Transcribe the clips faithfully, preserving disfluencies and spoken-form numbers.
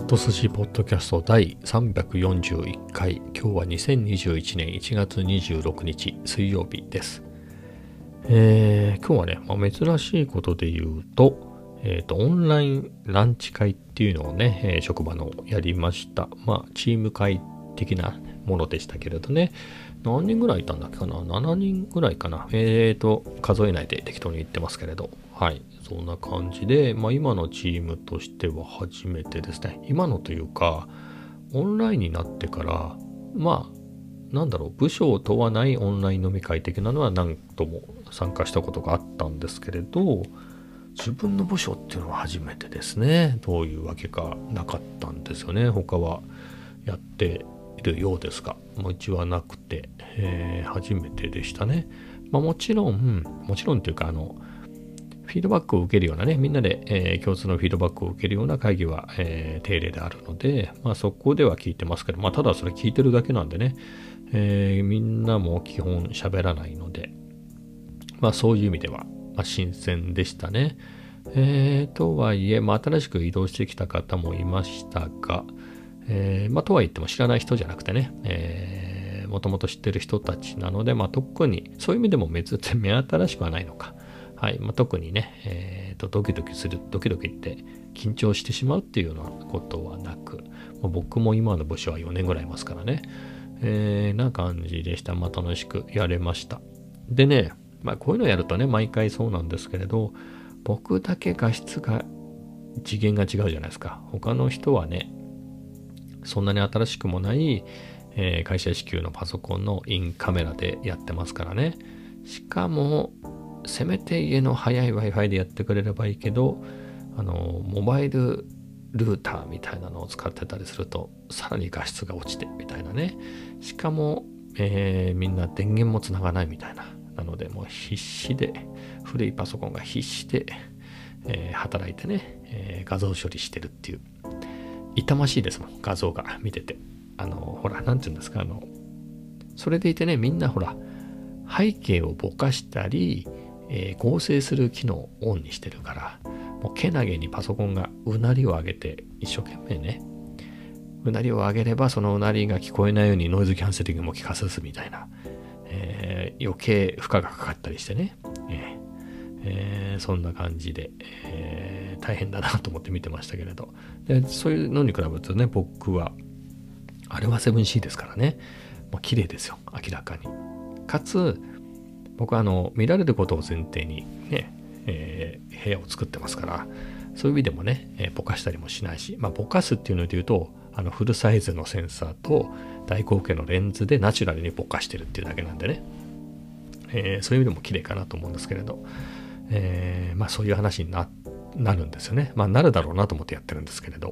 とすしポッドキャスト第さんびゃくよんじゅういっかい、今日はにせんにじゅういちねんいちがつにじゅうろくにち水曜日です。えー、今日はね、まあ、珍しいことで言うと、えっと、オンラインランチ会っていうのをね、えー、職場のやりました。まあ、チーム会的なものでしたけれどね、何人ぐらいいたんだっけかな ?なな 人ぐらいかな。えーと、数えないで適当に言ってますけれど、はい。そんな感じで、まあ今のチームとしては初めてですね。今のというか、オンラインになってから、まあ、なんだろう、部署を問わないオンライン飲み会的なのは何度も参加したことがあったんですけれど、自分の部署っていうのは初めてですね。どういうわけかなかったんですよね。他はやっているようですが、うちはなくて、えー、初めてでしたね。まあもちろん、もちろんというか、あの、フィードバックを受けるようなね、みんなで、えー、共通のフィードバックを受けるような会議は、えー、定例であるので、まあそこでは聞いてますけど、まあただそれ聞いてるだけなんでね、えー、みんなも基本喋らないので、まあそういう意味では、まあ、新鮮でしたね。えー、とはいえ、まあ新しく移動してきた方もいましたが、えー、まあとは言っても知らない人じゃなくてね、えー、もともと知ってる人たちなので、まあ特にそういう意味でも別に目新しくはないのか。はい。まあ、特にね、えーと、ドキドキする、ドキドキって緊張してしまうっていうようなことはなく、まあ、僕も今の部署はよねんぐらいいますからね、えー、な感じでした。まあ、楽しくやれました。でね、まあ、こういうのやるとね、毎回そうなんですけれど、僕だけ画質が、次元が違うじゃないですか。他の人はね、そんなに新しくもない、えー、会社支給のパソコンのインカメラでやってますからね。しかも、せめて家の早い Wi-Fi でやってくれればいいけど、あの、モバイルルーターみたいなのを使ってたりすると、さらに画質が落ちてみたいなね。しかも、えー、みんな電源もつながないみたいな。なので、もう必死で、古いパソコンが必死で、えー、働いてね、えー、画像処理してるっていう。痛ましいですもん、画像が見てて。あの、ほら、なんていうんですか、あの、それでいてね、みんなほら、背景をぼかしたり、えー、合成する機能をオンにしてるから、もうけなげにパソコンがうなりを上げて、一生懸命ね、うなりを上げればそのうなりが聞こえないようにノイズキャンセリングも効かすみたいな、えー、余計負荷がかかったりしてね、えーえー、そんな感じで、えー、大変だなと思って見てましたけれど、でそういうのに比べるとね、僕は、あれは セブンシー ですからね、もう綺麗ですよ、明らかに。かつ、僕はあの見られることを前提にね、えー、部屋を作ってますから、そういう意味でもね、えー、ぼかしたりもしないし、まあぼかすっていうので言うと、あのフルサイズのセンサーと大口径のレンズでナチュラルにぼかしてるっていうだけなんでね、えー、そういう意味でも綺麗かなと思うんですけれど、えー、まあそういう話に な, なるんですよね。まあなるだろうなと思ってやってるんですけれど。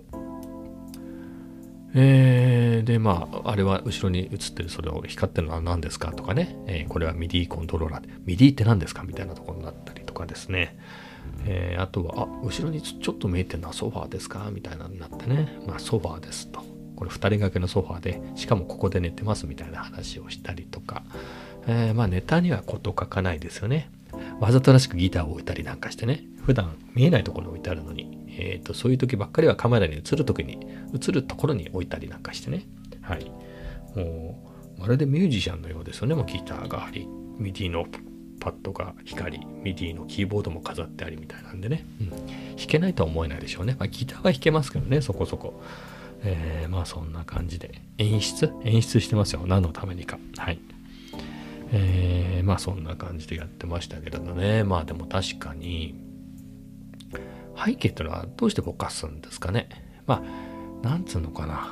えー、で、まあ、あれは後ろに映ってるそれを光ってるのは何ですかとかね、えー、これは ミディ コントローラーで、ミディ って何ですかみたいなところになったりとかですね。えー、あとは、あ、後ろにちょっと見えてるのはソファーですかみたいなのになってね。まあ、ソファーですと。これふたり掛けのソファーで、しかもここで寝てますみたいな話をしたりとか。えー、まあ、ネタにはこと書かないですよね。わざとらしくギターを置いたりなんかしてね。普段見えないところに置いてあるのに、えーと、そういう時ばっかりはカメラに映る時に、映るところに置いたりなんかしてね。はい。もう、まるでミュージシャンのようですよね。もうギターがあり、ミディのパッドが光り、ミディのキーボードも飾ってありみたいなんでね。うん、弾けないとは思えないでしょうね。まあ、ギターは弾けますけどね、そこそこ。えー、まあそんな感じで。演出演出してますよ。何のためにか。はい。えー、まあそんな感じでやってましたけれどね。まあでも確かに、背景っていうのはどうしてぼかすんですかね。まあ、なんつうのかな。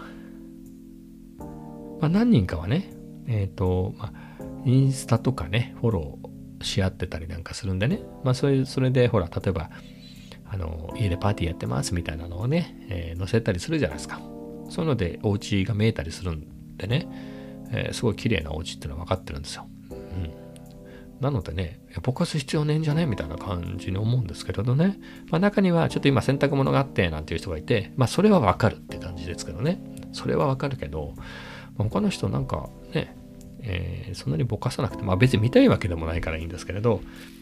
まあ何人かはね、えっと、まあ、インスタとかね、フォローし合ってたりなんかするんでね。まあそういう、それでほら、例えば、あの、家でパーティーやってますみたいなのをね、えー、載せたりするじゃないですか。そういうのでお家が見えたりするんでね、えー、すごい綺麗なお家っていうのは分かってるんですよ。うん。なのでね、ぼかす必要ねえんじゃねみたいな感じに思うんですけれどね。まあ中にはちょっと今洗濯物があってなんていう人がいて、まあそれはわかるって感じですけどね。それはわかるけど、まあ、他の人なんかね、えー、そんなにぼかさなくて、まあ別に見たいわけでもないからいいんですけれど、うん。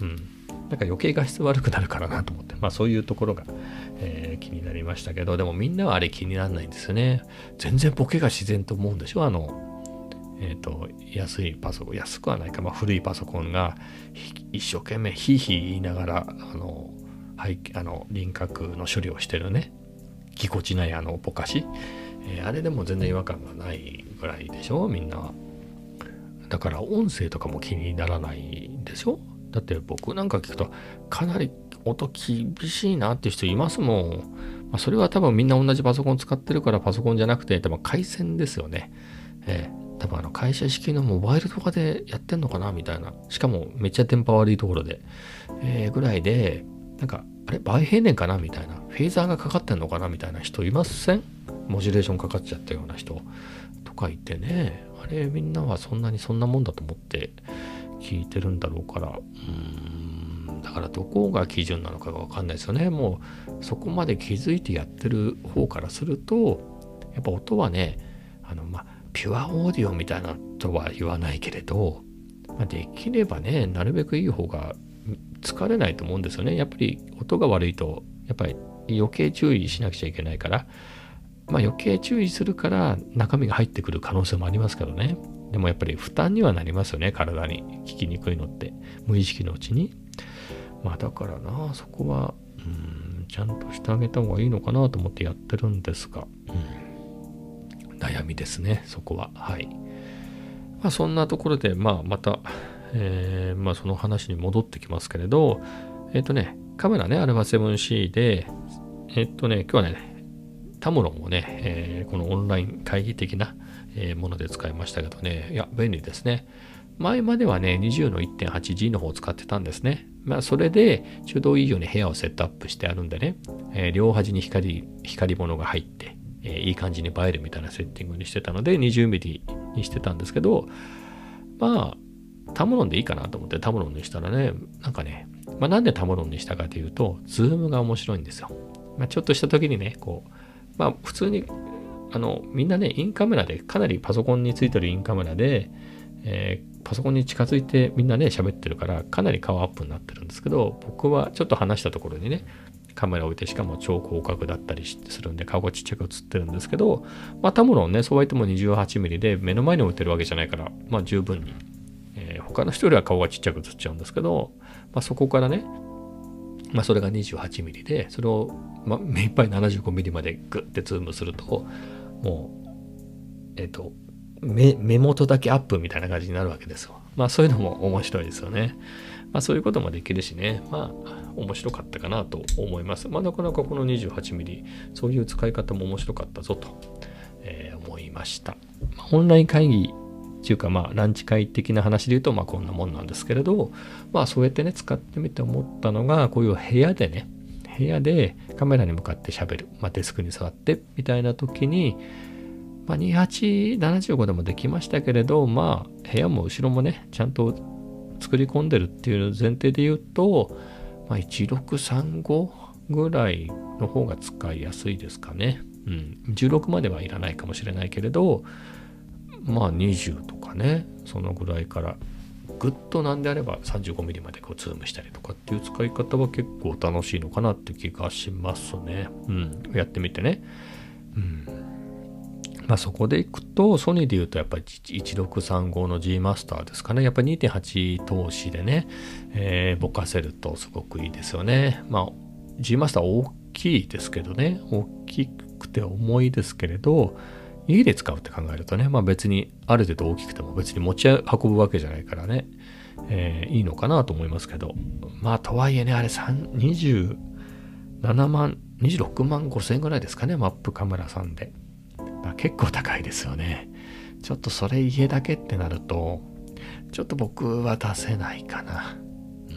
なんか余計画質悪くなるからなと思って、まあそういうところが、えー、気になりましたけど、でもみんなはあれ気にならないんですよね。全然ボケが自然と思うんでしょ。あの、えっと、安いパソコン、安くはないか、まあ古いパソコンが一生懸命ヒーヒー言いながら、あの、はい、あの輪郭の処理をしてるね、ぎこちないあのぼかし、えー、あれでも全然違和感がないぐらいでしょ、みんなは。だから音声とかも気にならないんでしょ。だって僕なんか聞くとかなり音厳しいなっていう人いますもん。まあ、それは多分みんな同じパソコン使ってるからパソコンじゃなくて多分回線ですよね。えー、多分あの会社式のモバイルとかでやってんのかなみたいな。しかもめっちゃ電波悪いところで、えー、ぐらいでなんかあれ倍平年かなみたいな、フェーザーがかかってんのかなみたいな人いません？モジュレーションかかっちゃったような人とかいてね。あれみんなはそんなにそんなもんだと思って聞いてるんだろうから、うーんだからどこが基準なのかが分かんないですよね。もうそこまで気づいてやってる方からするとやっぱ音はね、あのまあピュアオーディオみたいなとは言わないけれど、まあ、できればねなるべくいい方が疲れないと思うんですよね。やっぱり音が悪いとやっぱり余計注意しなくちゃいけないから、まあ余計注意するから中身が入ってくる可能性もありますけどね。でもやっぱり負担にはなりますよね、体に。聞きにくいのって無意識のうちに。まあだからな、そこはうーんちゃんとしてあげた方がいいのかなと思ってやってるんですが、うん、悩みですね、そこは。はい。まあそんなところで、まあまた、えー、まあその話に戻ってきますけれど、えっとね、カメラね、アルファセブンシー で、えっとね、今日はね、タムロンをね、えー、このオンライン会議的な、えー、もので使いましたけどね、いや、便利ですね。前まではね、にじゅうの いってんはちジー の方を使ってたんですね。まあ、それで、ちょうどいいように部屋をセットアップしてあるんでね、えー、両端に光、光物が入って、えー、いい感じに映えるみたいなセッティングにしてたので、にじゅうミリにしてたんですけど、まあ、タムロンでいいかなと思ってタムロンにしたらね、なんかね、まあ、なんでタムロンにしたかというと、ズームが面白いんですよ。まあ、ちょっとした時にね、こう、まあ普通にあのみんなねインカメラでかなりパソコンについてるインカメラで、えー、パソコンに近づいてみんなね喋ってるからかなり顔アップになってるんですけど、僕はちょっと離したところにねカメラを置いて、しかも超広角だったりするんで顔がちっちゃく映ってるんですけど、まあタムロンねそうは言っても にじゅうはちミリ で目の前に置いてるわけじゃないからまあ十分に、えー、他の人よりは顔がちっちゃく映っちゃうんですけど、まあそこからねまあそれが にじゅうはちミリ でそれをまあ、目いっぱい ななじゅうごミリ までグッてズームするともうえっ、ー、と目目元だけアップみたいな感じになるわけですよ。まあそういうのも面白いですよね。まあそういうこともできるしね、まあ面白かったかなと思います。まあなかなかこの にじゅうはちミリ そういう使い方も面白かったぞと、えー、思いました。まあ、オンライン会議っていうかまあランチ会的な話で言うとまあこんなもんなんですけれど、まあそうやってね使ってみて思ったのが、こういう部屋でね部屋でカメラに向かって喋る、まあ、デスクに座ってみたいな時に、まあ、にじゅうはち、ななじゅうごでもできましたけれど、まあ部屋も後ろもねちゃんと作り込んでるっていう前提で言うと、まあ、いちろくさんごぐらいの方が使いやすいですかね。うん、じゅうろくまではいらないかもしれないけれど、まあにじゅうとかねそのぐらいからぐっとなんであれば さんじゅうごミリ までこうズームしたりとかっていう使い方は結構楽しいのかなって気がしますね。うん、やってみてね。うん、まあそこでいくとソニーで言うとやっぱりいちろくさんごの G マスターですかね。やっぱり にてんはち 投資でね、えー、ぼかせるとすごくいいですよね。まあ G マスター大きいですけどね、大きくて重いですけれど、家で使うって考えるとね、まあ別にある程度大きくても別に持ち運ぶわけじゃないからね、えー、いいのかなと思いますけど、まあとはいえね、あれにじゅうななまん、にじゅうろくまんごせんえんぐらいですかね、マップカメラさんで。まあ、結構高いですよね。ちょっとそれ家だけってなると、ちょっと僕は出せないかな。うん、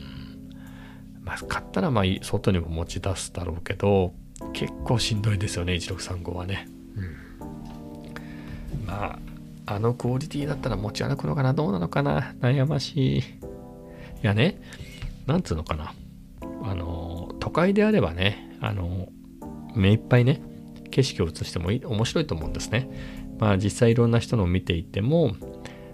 まあ買ったらまあ外にも持ち出すだろうけど、結構しんどいですよね、いちろくさんごはね。うんまあ、あのクオリティだったら持ち歩くのかな、どうなのかな、悩ましい。いやね、なんつうのかな。あの、都会であればね、あの、目いっぱいね、景色を映してもいい面白いと思うんですね。まあ実際いろんな人のを見ていても、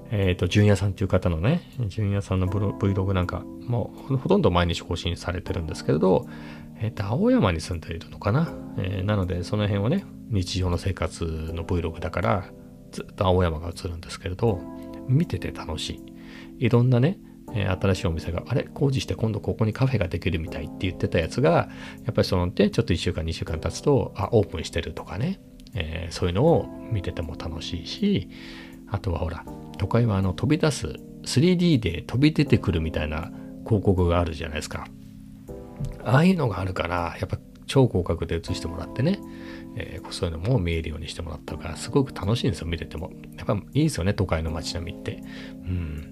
えっと、純也さんっていう方のね、純也さんの Vlog なんか、もうほとんど毎日更新されてるんですけれど、えっと、青山に住んでいるのかな。えー、なので、その辺はね、日常の生活の Vlog だから、ずっと青山が映るんですけれど、見てて楽しい。いろんなね、えー、新しいお店が、あれ工事して今度ここにカフェができるみたいって言ってたやつが、やっぱりそのね、ちょっといっしゅうかん、にしゅうかん経つと、あ、オープンしてるとかね、えー、そういうのを見てても楽しいし、あとはほら、都会はあの飛び出す スリーディー で飛び出てくるみたいな広告があるじゃないですか。ああいうのがあるから、やっぱ超広角で映してもらってね、えー、そういうのも見えるようにしてもらったから、すごく楽しいんですよ、見てても。やっぱいいですよね、都会の街並みって。うん、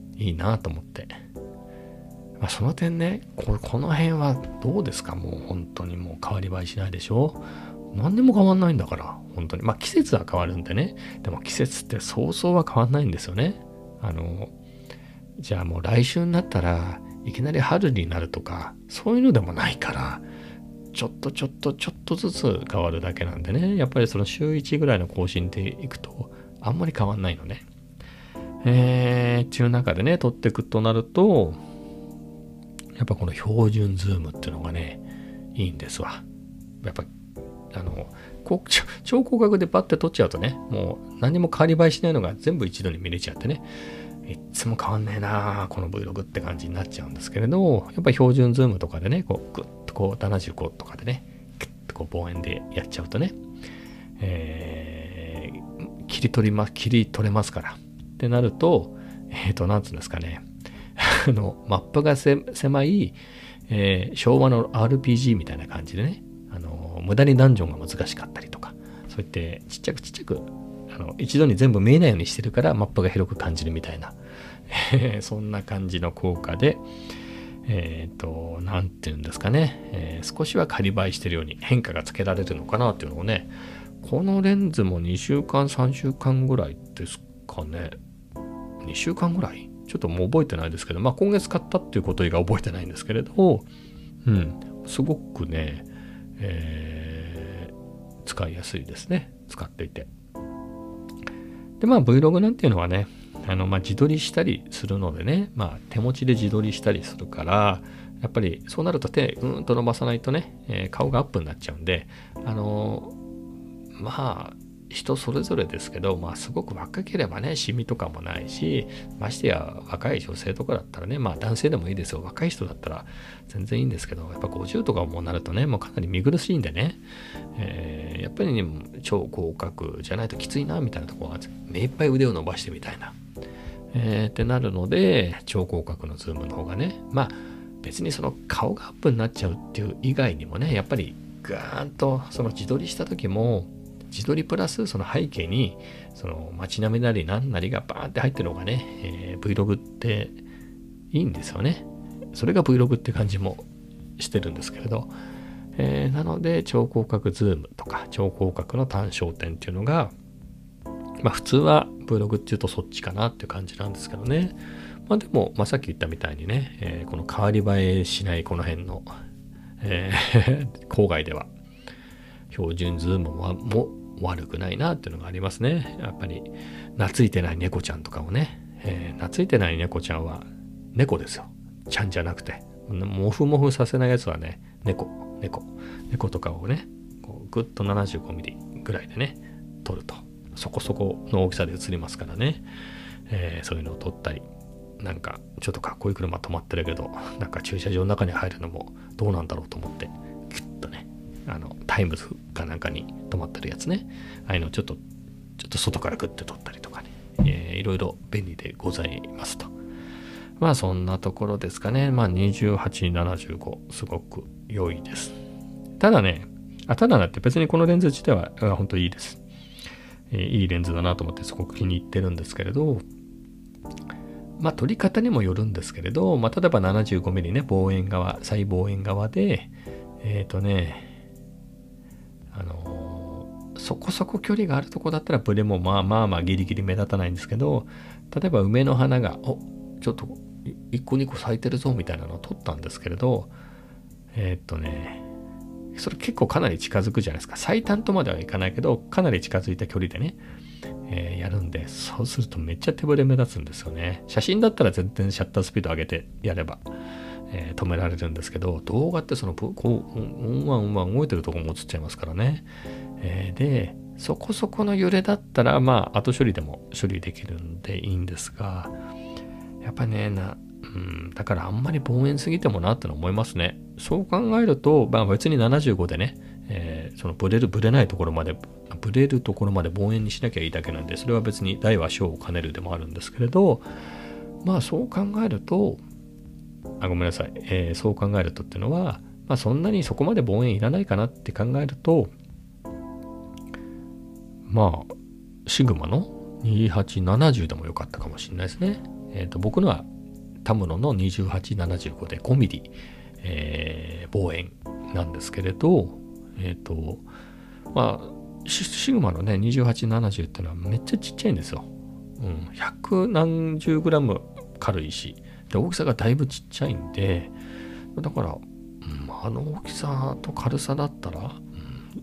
いいなと思って。まあ、その点ねこ、この辺はどうですか？もう本当にもう変わり映えしないでしょ？何でも変わんないんだから、本当に。まあ季節は変わるんでね。でも季節ってそうそうは変わんないんですよね。あの、じゃあもう来週になったらいきなり春になるとか、そういうのでもないから、ちょっとちょっとちょっとずつ変わるだけなんでね。やっぱりその週いちぐらいの更新でいくとあんまり変わんないのね。えー、っていう中でね、撮っていくとなると、やっぱこの標準ズームっていうのがね、いいんですわ。やっぱあのこう超広角でパッて撮っちゃうとね、もう何も変わり映えしないのが全部一度に見れちゃってね、いっつも変わんねえなこの Vlog って感じになっちゃうんですけれど、やっぱり標準ズームとかでね、こうグッとこうななじゅうごとかでね、グッとこう望遠でやっちゃうとね、えー、切り取りま切り取れますからってなると、えっ、ー、となんつうんですかね、あのマップがせ狭い、えー、昭和の アールピージー みたいな感じでね、あの無駄にダンジョンが難しかったりとか、そうやってちっちゃくちっちゃくあの一度に全部見えないようにしてるからマップが広く感じるみたいなそんな感じの効果で、えっ、ー、となんていうんですかね、えー、少しは仮映えしてるように変化がつけられるのかなっていうのをね、このレンズもにしゅうかんさんしゅうかんぐらいですかね。にしゅうかんぐらいちょっともう覚えてないですけど、まあ今月買ったっていうこと以外覚えてないんですけれど、うんすごくね、えー、使いやすいですね、使っていて。でまあ Vlog なんていうのはね、あのまあ自撮りしたりするのでね、まあ手持ちで自撮りしたりするから、やっぱりそうなると手うんと伸ばさないとね、えー、顔がアップになっちゃうんで、あのー、まあ人それぞれですけど、まあすごく若ければね、シミとかもないし、ましてや若い女性とかだったらね、まあ男性でもいいですよ。若い人だったら全然いいんですけど、やっぱごじゅうとかもなるとね、もうかなり見苦しいんでね、えー、やっぱりね、超広角じゃないときついな、みたいなところが目いっぱい腕を伸ばしてみたいな、えー、ってなるので、超広角のズームの方がね、まあ別にその顔がアップになっちゃうっていう以外にもね、やっぱりガーンとその自撮りした時も、自撮りプラスその背景にその街並みなり何なりがバーンって入ってるのがね、えー、Vlog っていいんですよね。それが Vlog って感じもしてるんですけれど、えー、なので超広角ズームとか超広角の単焦点っていうのが、まあ普通は Vlog っていうとそっちかなっていう感じなんですけどね。まあでも、まあ、さっき言ったみたいにね、えー、この変わり映えしないこの辺の、えー、郊外では標準ズームもも悪くないなっていうのがありますね。やっぱり懐いてない猫ちゃんとかもね、えー、懐いてない猫ちゃんは猫ですよ。ちゃんじゃなくて、モフモフさせないやつはね、猫、猫、猫とかをね、こうグッと ななじゅうごミリ ぐらいでね、撮るとそこそこの大きさで映りますからね、えー、そういうのを撮ったり、なんかちょっとかっこいい車止まってるけど、なんか駐車場の中に入るのもどうなんだろうと思って、キュッとね、あのタイムズかなんかに止まってるやつね、ああいうのをちょっとちょっと外からグッて撮ったりとかね、えー、いろいろ便利でございますと。まあそんなところですかね。まあにじゅうはち、ななじゅうごすごく良いです。ただね、あただなって別にこのレンズ自体は本当にいいです、えー。いいレンズだなと思ってすごく気に入ってるんですけれど、まあ撮り方にもよるんですけれど、まあ例えば ななじゅうごミリ ね、望遠側、最望遠側で、えっとね、あのー、そこそこ距離があるとこだったらブレもまあまあまあギリギリ目立たないんですけど、例えば梅の花が、おちょっといっこにこ咲いてるぞみたいなのを撮ったんですけれど、えー、っとね、それ結構かなり近づくじゃないですか。最短とまではいかないけど、かなり近づいた距離でね。 えーやるんで、そうするとめっちゃ手ぶれ目立つんですよね。写真だったら全然シャッタースピード上げてやれば、えー止められるんですけど、動画ってそのこううんわんうんわん動いてるとこも映っちゃいますからね。えーでそこそこの揺れだったらまあ後処理でも処理できるんでいいんですが、やっぱりねな、うん、だからあんまり望遠すぎてもなっての思いますね。そう考えると、まあ、別にななじゅうごでね、えーそのブレるブレないところまでブレるところまで望遠にしなきゃいいだけなんで、それは別に大は小を兼ねるでもあるんですけれど、まあそう考えるとあごめんなさい、えーそう考えるとっていうのは、まあ、そんなにそこまで望遠いらないかなって考えると、まあシグマのにじゅうはちななじゅうでもよかったかもしれないですね。えーと僕のはタムロンのにじゅうはちななじゅうごでごミリ、えー望遠なんですけれど、えっ、とまあシシグマのねにじゅうはちななじゅうっていうのはめっちゃちっちゃいんですよ。うん、ひゃく何十グラム軽いし、で大きさがだいぶちっちゃいんで、だから、うん、あの大きさと軽さだったら、うん、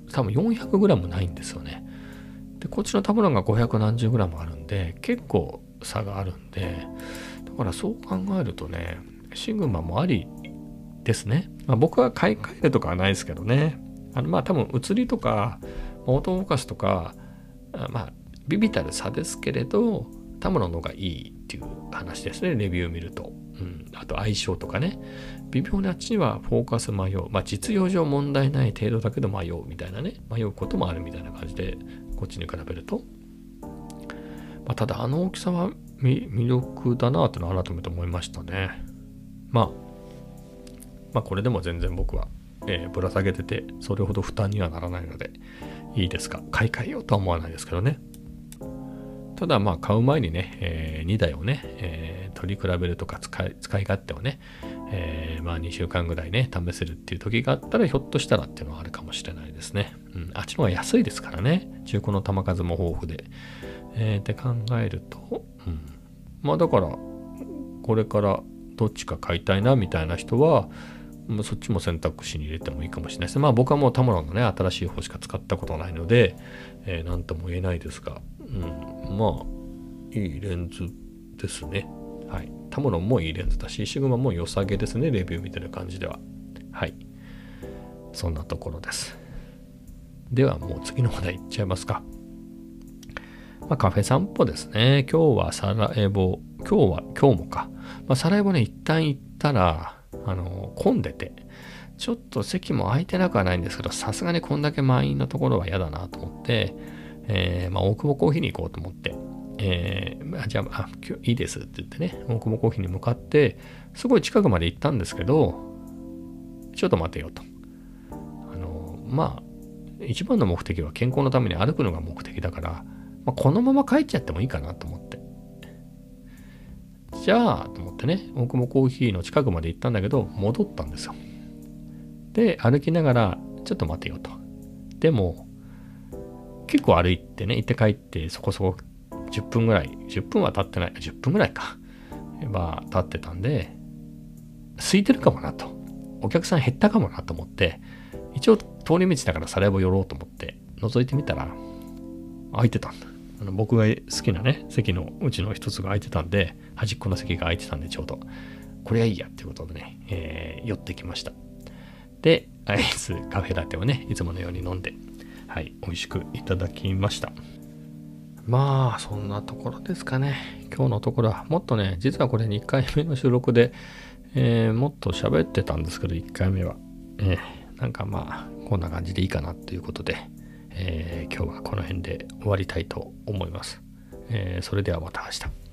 多分よんひゃくグラムないんですよね。でこっちのタムロンがごひゃく何十グラムあるんで結構差があるんで、だからそう考えるとねシグマもありですね。まあ、僕は買い替えるとかはないですけどね。あのまあ多分写りとかオートフォーカスとかまあビビたる差ですけれどタムロンの方がいいっていう話ですね、レビュー見ると。うん、あと相性とかね、微妙なあっちにはフォーカス迷う、まあ実用上問題ない程度だけど迷うみたいなね、迷うこともあるみたいな感じでこっちに比べると、まあ、ただあの大きさは魅力だなというのを改めて思いましたね。まあまあこれでも全然僕は、えー、ぶら下げててそれほど負担にはならないのでいいですか、買い替えようとは思わないですけどね。ただまあ買う前にね、えー、にだいをね、えー、取り比べるとか使い、使い勝手をね、えー、まあにしゅうかんぐらいね試せるっていう時があったらひょっとしたらっていうのはあるかもしれないですね。うん、あっちの方が安いですからね、中古の球数も豊富で、えー、って考えると、うん、まあだからこれからどっちか買いたいなみたいな人はそっちも選択肢に入れてもいいかもしれないです。まあ僕はもうタムロンのね新しい方しか使ったことないので、えー、なんとも言えないですが、うん、まあいいレンズですね。はい。タムロンもいいレンズだし、シグマも良さげですね、レビュー見てる感じでは。はい。そんなところです。ではもう次の話題いっちゃいますか。まあ、カフェ散歩ですね。今日はサラエボ、今日は今日もか。まあ、サラエボね、一旦行ったら、あの混んでて、ちょっと席も空いてなくはないんですけど、さすがにこんだけ満員のところは嫌だなと思って、えー、まあ大久保コーヒーに行こうと思って、えー、あじゃあ、あ、今日いいですって言ってね、大久保コーヒーに向かって、すごい近くまで行ったんですけど、ちょっと待てよと。あの、まあ、一番の目的は健康のために歩くのが目的だから、まあ、このまま帰っちゃってもいいかなと思って。じゃあ、と思ってね、大久保コーヒーの近くまで行ったんだけど、戻ったんですよ。で、歩きながら、ちょっと待てよと。でも、結構歩いてね、行って帰って、そこそこじゅっぷんぐらい、じゅっぷんは経ってない、じゅっぷんぐらいか。まあ、経ってたんで、空いてるかもなと。お客さん減ったかもなと思って、一応通り道だからサラエボ寄ろうと思って、覗いてみたら、空いてたんだ。あの僕が好きなね、席のうちの一つが空いてたんで、端っこの席が空いてたんで、ちょうど、これがいいやっていうことでね、えー、寄ってきました。で、アイスカフェラテをね、いつものように飲んで、はい、美味しくいただきました。まあ、そんなところですかね。今日のところは、もっとね、実はこれにかいめの収録で、えー、もっと喋ってたんですけど、いっかいめは。えー、なんかまあ、こんな感じでいいかなということで、えー、今日はこの辺で終わりたいと思います。えー、それではまた明日。